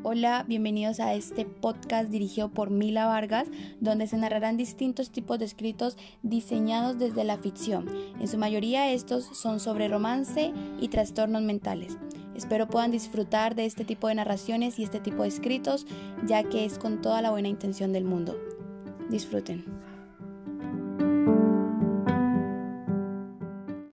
Hola, bienvenidos a este podcast dirigido por Mila Vargas, donde se narrarán distintos tipos de escritos diseñados desde la ficción. En su mayoría estos son sobre romance y trastornos mentales. Espero puedan disfrutar de este tipo de narraciones y este tipo de escritos, ya que es con toda la buena intención del mundo. Disfruten.